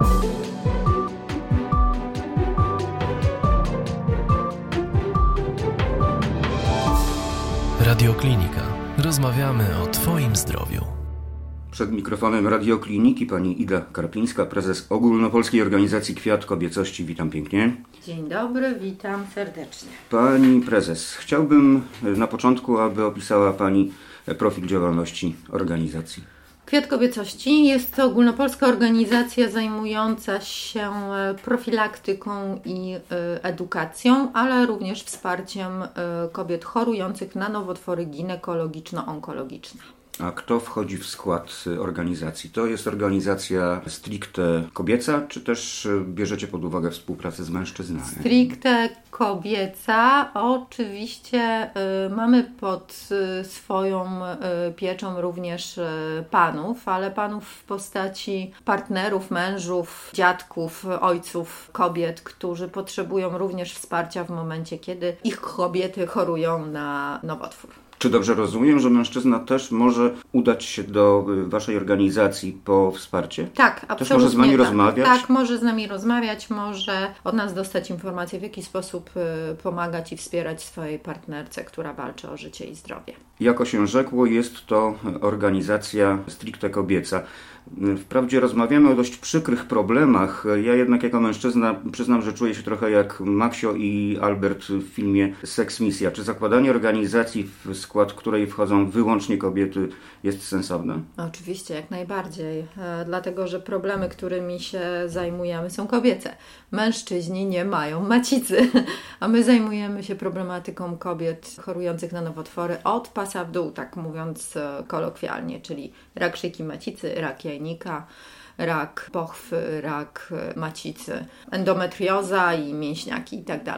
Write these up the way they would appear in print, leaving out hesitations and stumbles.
Radioklinika. Rozmawiamy o Twoim zdrowiu. Przed mikrofonem Radiokliniki pani Ida Karpińska, prezes Ogólnopolskiej Organizacji Kwiat Kobiecości. Witam pięknie. Dzień dobry, witam serdecznie. Pani prezes, chciałbym na początku, aby opisała pani profil działalności organizacji. Kwiat Kobiecości jest to ogólnopolska organizacja zajmująca się profilaktyką i edukacją, ale również wsparciem kobiet chorujących na nowotwory ginekologiczno-onkologiczne. A kto wchodzi w skład organizacji? To jest organizacja stricte kobieca, czy też bierzecie pod uwagę współpracę z mężczyznami? Stricte kobieca. Oczywiście mamy pod swoją pieczą również panów, ale panów w postaci partnerów, mężów, dziadków, ojców kobiet, którzy potrzebują również wsparcia w momencie, kiedy ich kobiety chorują na nowotwór. Czy dobrze rozumiem, że mężczyzna też może udać się do waszej organizacji po wsparcie? Tak, absolutnie. Też może z nami rozmawiać? Tak, może z nami rozmawiać, może od nas dostać informacje, w jaki sposób pomagać i wspierać swojej partnerce, która walczy o życie i zdrowie. Jako się rzekło, jest to organizacja stricte kobieca. Wprawdzie rozmawiamy o dość przykrych problemach. Ja jednak jako mężczyzna przyznam, że czuję się trochę jak Maksio i Albert w filmie Seks Misja. Czy zakładanie organizacji, w skład której wchodzą wyłącznie kobiety, jest sensowne? Oczywiście, jak najbardziej. Dlatego, że problemy, którymi się zajmujemy, są kobiece. Mężczyźni nie mają macicy, a my zajmujemy się problematyką kobiet chorujących na nowotwory od pasa w dół, tak mówiąc kolokwialnie, czyli rak szyjki macicy, rak jajnika, rak pochwy, rak macicy, endometrioza i mięśniaki itd.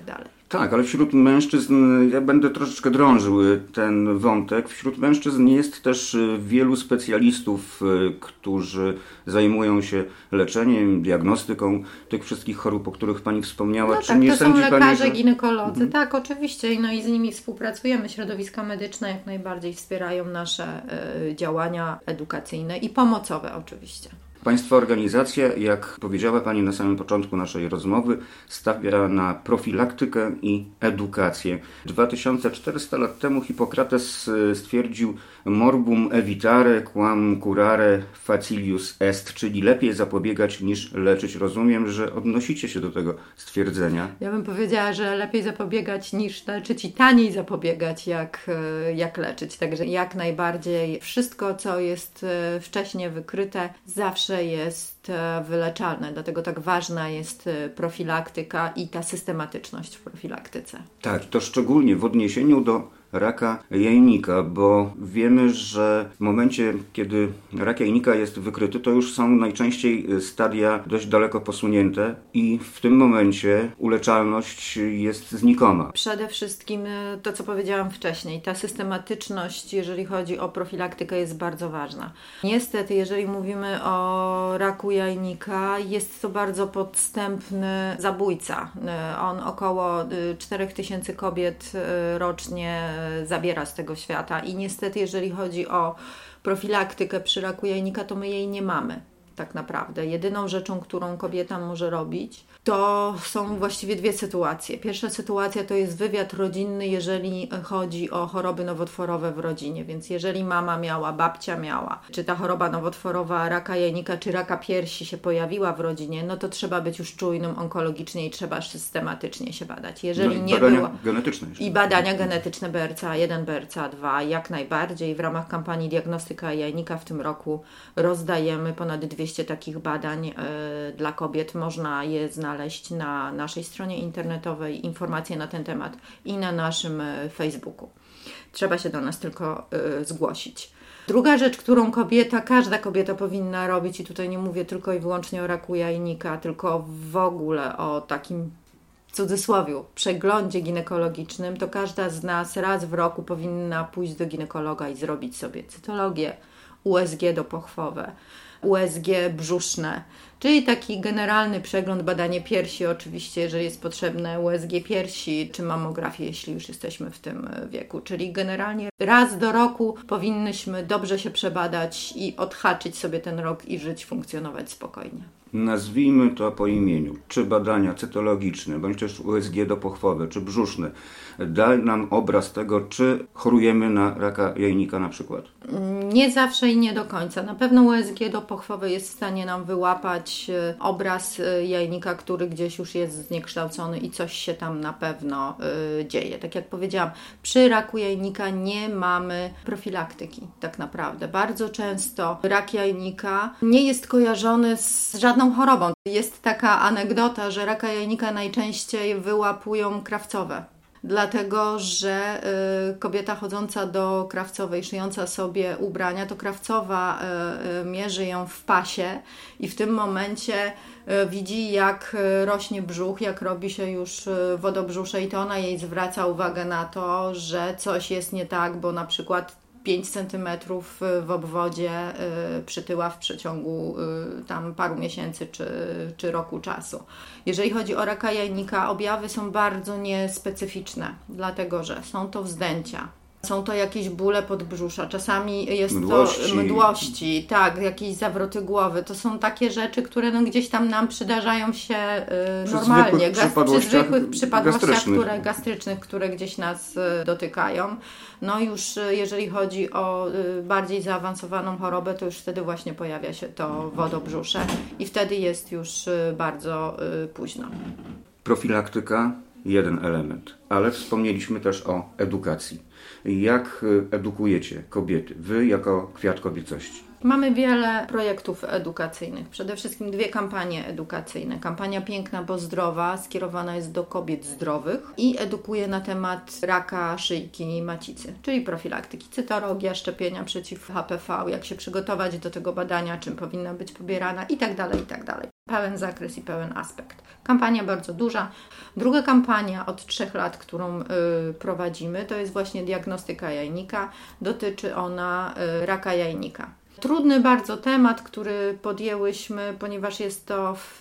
Tak, ale wśród mężczyzn, ja będę troszeczkę drążył ten wątek, wśród mężczyzn jest też wielu specjalistów, którzy zajmują się leczeniem, diagnostyką tych wszystkich chorób, o których pani wspomniała. No Czy tak, nie to sądzi są lekarze, pani, ginekolodzy, tak, oczywiście, no i z nimi współpracujemy. Środowiska medyczne jak najbardziej wspierają nasze działania edukacyjne i pomocowe oczywiście. Państwa organizacja, jak powiedziała pani na samym początku naszej rozmowy, stawia na profilaktykę i edukację. 2400 lat temu Hipokrates stwierdził morbum evitare quam curare facilius est, czyli lepiej zapobiegać niż leczyć. Rozumiem, że odnosicie się do tego stwierdzenia. Ja bym powiedziała, że lepiej zapobiegać niż leczyć i taniej zapobiegać jak leczyć. Także jak najbardziej wszystko, co jest wcześniej wykryte, zawsze jest wyleczalne. Dlatego tak ważna jest profilaktyka i ta systematyczność w profilaktyce. Tak, to szczególnie w odniesieniu do raka jajnika, bo wiemy, że w momencie, kiedy rak jajnika jest wykryty, to już są najczęściej stadia dość daleko posunięte i w tym momencie uleczalność jest znikoma. Przede wszystkim to, co powiedziałam wcześniej, ta systematyczność, jeżeli chodzi o profilaktykę, jest bardzo ważna. Niestety, jeżeli mówimy o raku jajnika, jest to bardzo podstępny zabójca. On około 4000 kobiet rocznie zabiera z tego świata i niestety, jeżeli chodzi o profilaktykę przy raku jajnika, to my jej nie mamy. Tak naprawdę. Jedyną rzeczą, którą kobieta może robić, to są właściwie dwie sytuacje. Pierwsza sytuacja to jest wywiad rodzinny, jeżeli chodzi o choroby nowotworowe w rodzinie. Więc jeżeli mama miała, babcia miała, czy ta choroba nowotworowa raka jajnika, czy raka piersi się pojawiła w rodzinie, no to trzeba być już czujnym onkologicznie i trzeba systematycznie się badać. Jeżeli nie było... genetyczne jeszcze. I badania genetyczne BRCA1, BRCA2 jak najbardziej. W ramach kampanii Diagnostyka Jajnika w tym roku rozdajemy ponad 200 takich badań dla kobiet. Można je znaleźć na naszej stronie internetowej, informacje na ten temat i na naszym Facebooku. Trzeba się do nas tylko zgłosić. Druga rzecz, którą każda kobieta powinna robić, i tutaj nie mówię tylko i wyłącznie o raku jajnika, tylko w ogóle o takim, w cudzysłowiu, przeglądzie ginekologicznym, to każda z nas raz w roku powinna pójść do ginekologa i zrobić sobie cytologię, USG dopochwowe, USG brzuszne, czyli taki generalny przegląd, badanie piersi oczywiście, jeżeli jest potrzebne, USG piersi, czy mammografię, jeśli już jesteśmy w tym wieku. Czyli generalnie raz do roku powinnyśmy dobrze się przebadać i odhaczyć sobie ten rok i żyć, funkcjonować spokojnie. Nazwijmy to po imieniu. Czy badania cytologiczne, bądź też USG dopochwowe, czy brzuszne da nam obraz tego, czy chorujemy na raka jajnika na przykład? Nie zawsze i nie do końca. Na pewno USG dopochwowe jest w stanie nam wyłapać obraz jajnika, który gdzieś już jest zniekształcony i coś się tam na pewno dzieje. Tak jak powiedziałam, przy raku jajnika nie mamy profilaktyki tak naprawdę. Bardzo często rak jajnika nie jest kojarzony z żadną chorobą. Jest taka anegdota, że raka jajnika najczęściej wyłapują krawcowe. Dlatego, że kobieta chodząca do krawcowej, szyjąca sobie ubrania, to krawcowa mierzy ją w pasie i w tym momencie widzi, jak rośnie brzuch, jak robi się już wodobrzusze i to ona jej zwraca uwagę na to, że coś jest nie tak, bo na przykład 5 cm w obwodzie przytyła w przeciągu tam paru miesięcy czy roku czasu. Jeżeli chodzi o raka jajnika, objawy są bardzo niespecyficzne, dlatego że są to wzdęcia. Są to jakieś bóle podbrzusza, czasami jest to mdłości, tak, jakieś zawroty głowy. To są takie rzeczy, które gdzieś tam nam przydarzają się normalnie. Przy zwykłych przypadłościach gastrycznych, które gdzieś nas dotykają. No już jeżeli chodzi o bardziej zaawansowaną chorobę, to już wtedy właśnie pojawia się to wodobrzusze i wtedy jest już bardzo późno. Profilaktyka, jeden element, ale wspomnieliśmy też o edukacji. Jak edukujecie kobiety, wy jako Kwiat Kobiecości? Mamy wiele projektów edukacyjnych. Przede wszystkim 2 kampanie edukacyjne. Kampania Piękna, bo zdrowa skierowana jest do kobiet zdrowych i edukuje na temat raka szyjki macicy, czyli profilaktyki, cytologia, szczepienia przeciw HPV, jak się przygotować do tego badania, czym powinna być pobierana itd. Pełen zakres i pełen aspekt. Kampania bardzo duża. Druga kampania od 3 lat, którą prowadzimy, to jest właśnie diagnostyka jajnika. Dotyczy ona raka jajnika. Trudny bardzo temat, który podjęłyśmy, ponieważ jest to w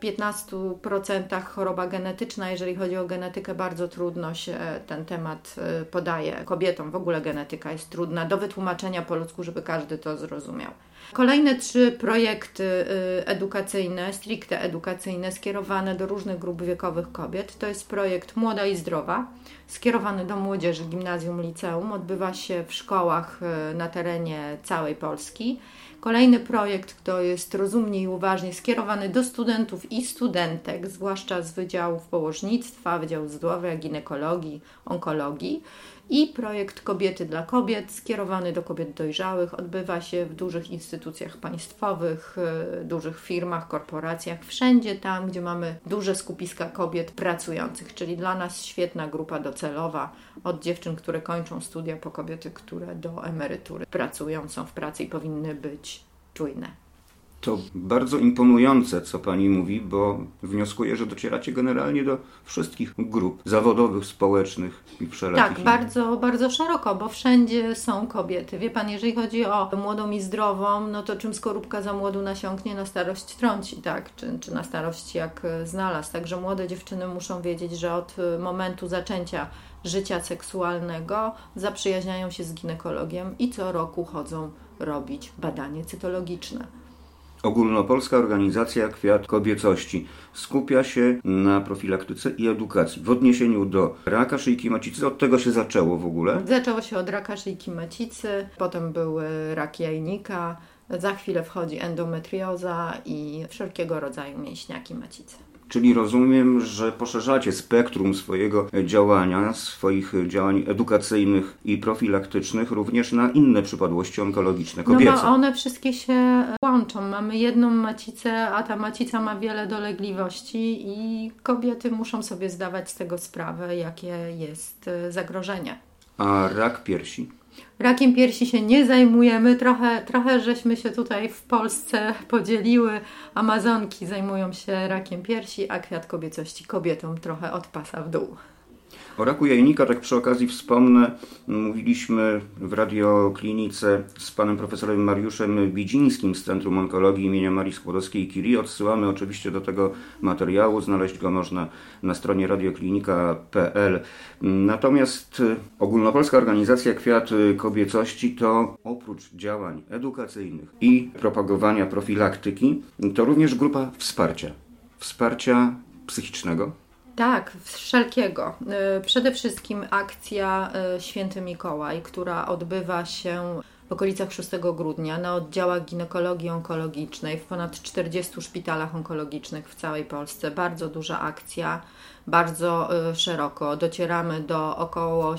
15% choroba genetyczna. Jeżeli chodzi o genetykę, bardzo trudno się ten temat podaje kobietom. W ogóle genetyka jest trudna do wytłumaczenia po ludzku, żeby każdy to zrozumiał. Kolejne 3 projekty edukacyjne, stricte edukacyjne, skierowane do różnych grup wiekowych kobiet. To jest projekt Młoda i Zdrowa, skierowany do młodzieży, gimnazjum, liceum. Odbywa się w szkołach na terenie całej Polski. Kolejny projekt to jest Rozumnie i Uważnie, skierowany do studentów i studentek, zwłaszcza z wydziałów położnictwa, Wydziału Zdrowia, ginekologii, onkologii. I projekt Kobiety dla kobiet, skierowany do kobiet dojrzałych, odbywa się w dużych instytucjach państwowych, dużych firmach, korporacjach, wszędzie tam, gdzie mamy duże skupiska kobiet pracujących, czyli dla nas świetna grupa docelowa, od dziewczyn, które kończą studia, po kobiety, które do emerytury pracują, są w pracy i powinny być czujne. To bardzo imponujące, co Pani mówi, bo wnioskuję, że docieracie generalnie do wszystkich grup zawodowych, społecznych i wszelakich. Tak, bardzo, bardzo szeroko, bo wszędzie są kobiety. Wie Pan, jeżeli chodzi o młodą i zdrową, no to czym skorupka za młodu nasiąknie, na starość trąci, tak? Czy na starość jak znalazł. Także młode dziewczyny muszą wiedzieć, że od momentu zaczęcia życia seksualnego zaprzyjaźniają się z ginekologiem i co roku chodzą robić badanie cytologiczne. Ogólnopolska Organizacja Kwiat Kobiecości skupia się na profilaktyce i edukacji w odniesieniu do raka szyjki macicy. Od tego się zaczęło w ogóle? Zaczęło się od raka szyjki macicy, potem był rak jajnika, za chwilę wchodzi endometrioza i wszelkiego rodzaju mięśniaki macicy. Czyli rozumiem, że poszerzacie spektrum swojego działania, swoich działań edukacyjnych i profilaktycznych również na inne przypadłości onkologiczne, kobiece. No bo one wszystkie się łączą. Mamy jedną macicę, a ta macica ma wiele dolegliwości i kobiety muszą sobie zdawać z tego sprawę, jakie jest zagrożenie. A rak piersi? Rakiem piersi się nie zajmujemy. Trochę żeśmy się tutaj w Polsce podzieliły. Amazonki zajmują się rakiem piersi, a Kwiat Kobiecości kobietom trochę od pasa w dół. O raku jajnika, tak przy okazji wspomnę, mówiliśmy w radioklinice z panem profesorem Mariuszem Bidzińskim z Centrum Onkologii im. Marii Skłodowskiej-Curie. Odsyłamy oczywiście do tego materiału, znaleźć go można na stronie radioklinika.pl. Natomiast Ogólnopolska Organizacja Kwiat Kobiecości to oprócz działań edukacyjnych i propagowania profilaktyki, to również grupa wsparcia psychicznego. Tak, wszelkiego. Przede wszystkim akcja Święty Mikołaj, która odbywa się w okolicach 6 grudnia na oddziałach ginekologii onkologicznej w ponad 40 szpitalach onkologicznych w całej Polsce. Bardzo duża akcja, bardzo szeroko. Docieramy do około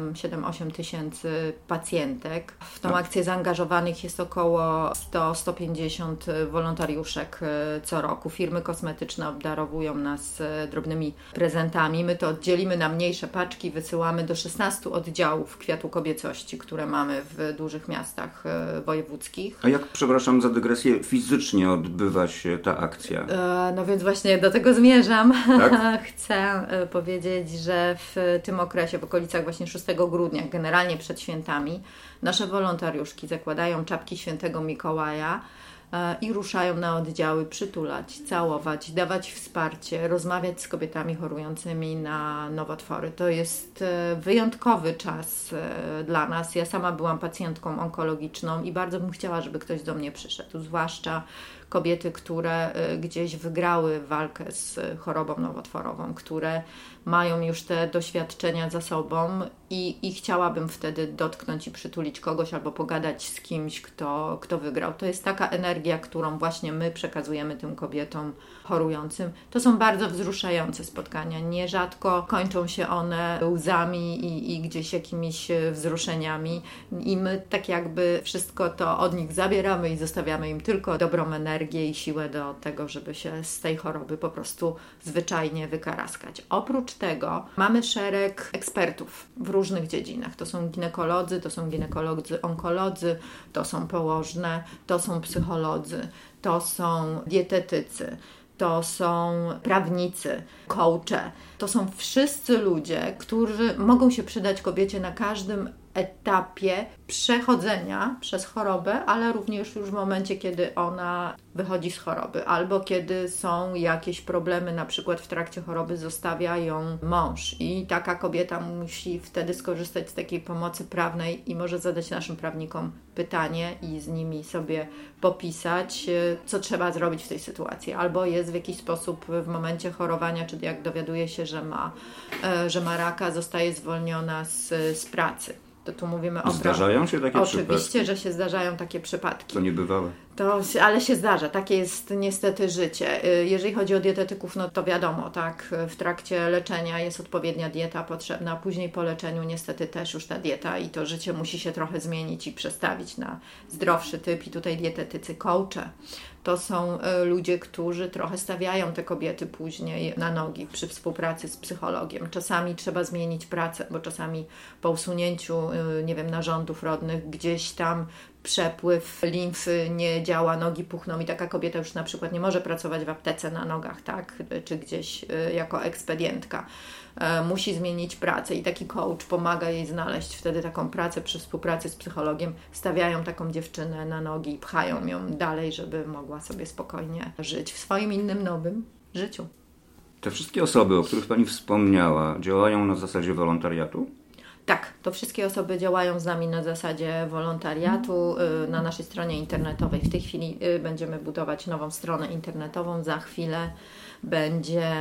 7-8 tysięcy pacjentek. W tą akcję zaangażowanych jest około 100-150 wolontariuszek co roku. Firmy kosmetyczne obdarowują nas drobnymi prezentami. My to oddzielimy na mniejsze paczki, wysyłamy do 16 oddziałów kwiatu kobiecości, które mamy w dużych miastach wojewódzkich. A jak, przepraszam za dygresję, fizycznie odbywa się ta akcja? No więc właśnie do tego zmierzam. Tak? Chcę powiedzieć, że w tym okresie, w okolicach właśnie 6 grudnia, generalnie przed świętami, nasze wolontariuszki zakładają czapki Świętego Mikołaja i ruszają na oddziały przytulać, całować, dawać wsparcie, rozmawiać z kobietami chorującymi na nowotwory. To jest wyjątkowy czas dla nas. Ja sama byłam pacjentką onkologiczną i bardzo bym chciała, żeby ktoś do mnie przyszedł, zwłaszcza kobiety, które gdzieś wygrały walkę z chorobą nowotworową, które mają już te doświadczenia za sobą i chciałabym wtedy dotknąć i przytulić kogoś albo pogadać z kimś, kto wygrał. To jest taka energia, którą właśnie my przekazujemy tym kobietom chorującym. To są bardzo wzruszające spotkania. Nierzadko kończą się one łzami i gdzieś jakimiś wzruszeniami i my tak jakby wszystko to od nich zabieramy i zostawiamy im tylko dobrą energię i siłę do tego, żeby się z tej choroby po prostu zwyczajnie wykaraskać. Oprócz tego mamy szereg ekspertów w różnych dziedzinach. To są ginekolodzy, to są ginekolodzy onkolodzy, to są położne, to są psycholodzy, to są dietetycy, to są prawnicy, coache. To są wszyscy ludzie, którzy mogą się przydać kobiecie na każdym etapie przechodzenia przez chorobę, ale również już w momencie, kiedy ona wychodzi z choroby, albo kiedy są jakieś problemy, na przykład w trakcie choroby zostawia ją mąż i taka kobieta musi wtedy skorzystać z takiej pomocy prawnej i może zadać naszym prawnikom pytanie i z nimi sobie popisać, co trzeba zrobić w tej sytuacji, albo jest w jakiś sposób w momencie chorowania, czy jak dowiaduje się, że ma raka, zostaje zwolniona z pracy. To tu mówimy o Zdarzają się takie przypadki? Oczywiście, że się zdarzają takie przypadki. To niebywałe. Ale się zdarza, takie jest niestety życie. Jeżeli chodzi o dietetyków, no to wiadomo, tak, w trakcie leczenia jest odpowiednia dieta potrzebna, a później po leczeniu niestety też już ta dieta i to życie musi się trochę zmienić i przestawić na zdrowszy typ i tutaj dietetycy, coache. To są ludzie, którzy trochę stawiają te kobiety później na nogi przy współpracy z psychologiem. Czasami trzeba zmienić pracę, bo czasami po usunięciu, narządów rodnych gdzieś tam przepływ limfy nie działa, nogi puchną i taka kobieta już na przykład nie może pracować w aptece na nogach, tak? Czy gdzieś jako ekspedientka. Musi zmienić pracę i taki coach pomaga jej znaleźć wtedy taką pracę przy współpracy z psychologiem. Stawiają taką dziewczynę na nogi i pchają ją dalej, żeby mogła sobie spokojnie żyć w swoim innym, nowym życiu. Te wszystkie osoby, o których Pani wspomniała, działają na zasadzie wolontariatu? Tak, to wszystkie osoby działają z nami na zasadzie wolontariatu na naszej stronie internetowej. W tej chwili będziemy budować nową stronę internetową. Za chwilę będzie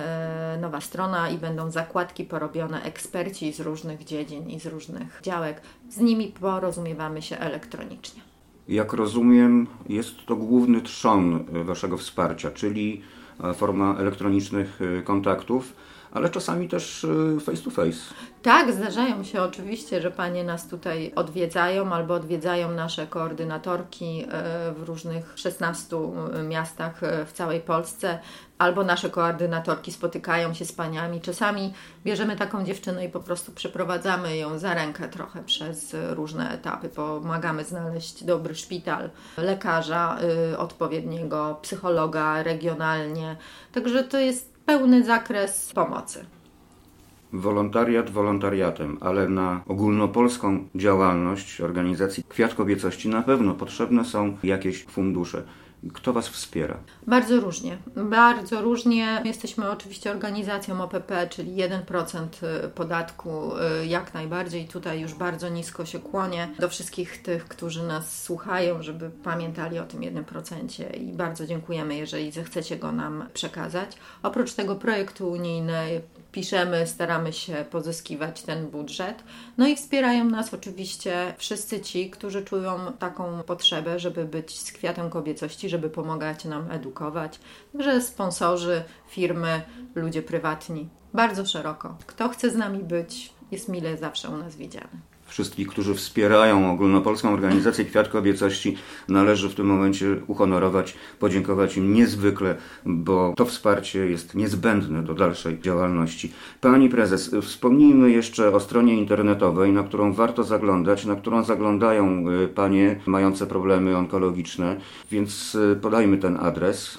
nowa strona i będą zakładki porobione, eksperci z różnych dziedzin i z różnych działek. Z nimi porozumiewamy się elektronicznie. Jak rozumiem, jest to główny trzon Waszego wsparcia, czyli forma elektronicznych kontaktów, ale czasami też face to face. Tak, zdarzają się oczywiście, że panie nas tutaj odwiedzają albo odwiedzają nasze koordynatorki w różnych 16 miastach w całej Polsce, albo nasze koordynatorki spotykają się z paniami. Czasami bierzemy taką dziewczynę i po prostu przeprowadzamy ją za rękę trochę przez różne etapy. Pomagamy znaleźć dobry szpital, lekarza odpowiedniego, psychologa regionalnie. Także to jest pełny zakres pomocy. Wolontariat wolontariatem, ale na ogólnopolską działalność organizacji Kwiat Kobiecości na pewno potrzebne są jakieś fundusze. Kto Was wspiera? Bardzo różnie. Bardzo różnie. Jesteśmy oczywiście organizacją OPP, czyli 1% podatku jak najbardziej. Tutaj już bardzo nisko się kłonię do wszystkich tych, którzy nas słuchają, żeby pamiętali o tym 1% i bardzo dziękujemy, jeżeli zechcecie go nam przekazać. Oprócz tego projektu unijny piszemy, staramy się pozyskiwać ten budżet. No i wspierają nas oczywiście wszyscy ci, którzy czują taką potrzebę, żeby być z Kwiatem Kobiecości, żeby pomagać nam edukować. Także sponsorzy, firmy, ludzie prywatni. Bardzo szeroko. Kto chce z nami być, jest mile zawsze u nas widziany. Wszystkich, którzy wspierają ogólnopolską organizację Kwiat Kobiecości, należy w tym momencie uhonorować, podziękować im niezwykle, bo to wsparcie jest niezbędne do dalszej działalności. Pani prezes, wspomnijmy jeszcze o stronie internetowej, na którą warto zaglądać, na którą zaglądają panie mające problemy onkologiczne, więc podajmy ten adres.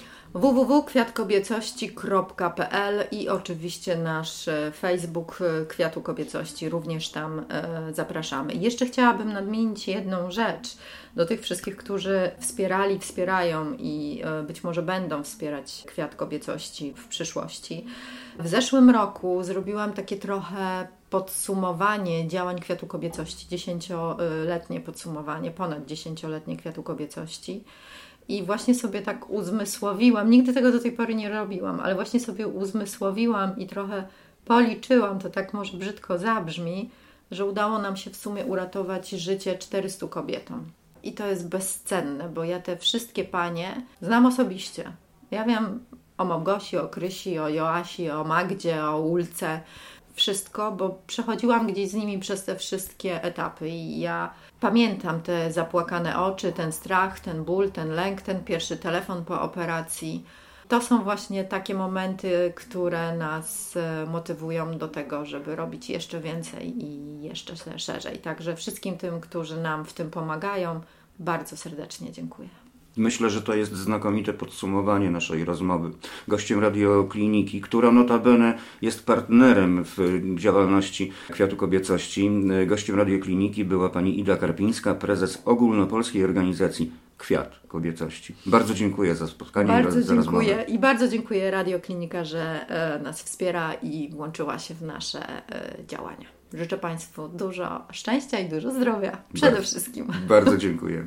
www.kwiatkobiecości.pl i oczywiście nasz Facebook Kwiatu Kobiecości, również tam zapraszamy. Jeszcze chciałabym nadmienić jedną rzecz do tych wszystkich, którzy wspierają i być może będą wspierać Kwiat Kobiecości w przyszłości. W zeszłym roku zrobiłam takie trochę podsumowanie działań Kwiatu Kobiecości, 10-letnie podsumowanie, ponad 10-letnie Kwiatu Kobiecości. I właśnie sobie tak uzmysłowiłam, nigdy tego do tej pory nie robiłam, ale właśnie sobie uzmysłowiłam i trochę policzyłam, to tak może brzydko zabrzmi, że udało nam się w sumie uratować życie 400 kobietom. I to jest bezcenne, bo ja te wszystkie panie znam osobiście. Ja wiem o Małgosi, o Krysi, o Joasi, o Magdzie, o Ulce, wszystko, bo przechodziłam gdzieś z nimi przez te wszystkie etapy i ja pamiętam te zapłakane oczy, ten strach, ten ból, ten lęk, ten pierwszy telefon po operacji. To są właśnie takie momenty, które nas motywują do tego, żeby robić jeszcze więcej i jeszcze szerzej. Także wszystkim tym, którzy nam w tym pomagają, bardzo serdecznie dziękuję. Myślę, że to jest znakomite podsumowanie naszej rozmowy. Gościem Radiokliniki, która notabene jest partnerem w działalności Kwiatu Kobiecości. Gościem Radiokliniki była pani Ida Karpińska, prezes ogólnopolskiej organizacji Kwiat Kobiecości. Bardzo dziękuję za spotkanie bardzo i za rozmowę. Bardzo dziękuję i bardzo dziękuję Radioklinika, że nas wspiera i włączyła się w nasze działania. Życzę Państwu dużo szczęścia i dużo zdrowia. Przede wszystkim. Bardzo dziękuję.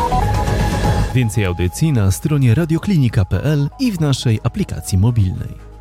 Więcej audycji na stronie radioklinika.pl i w naszej aplikacji mobilnej.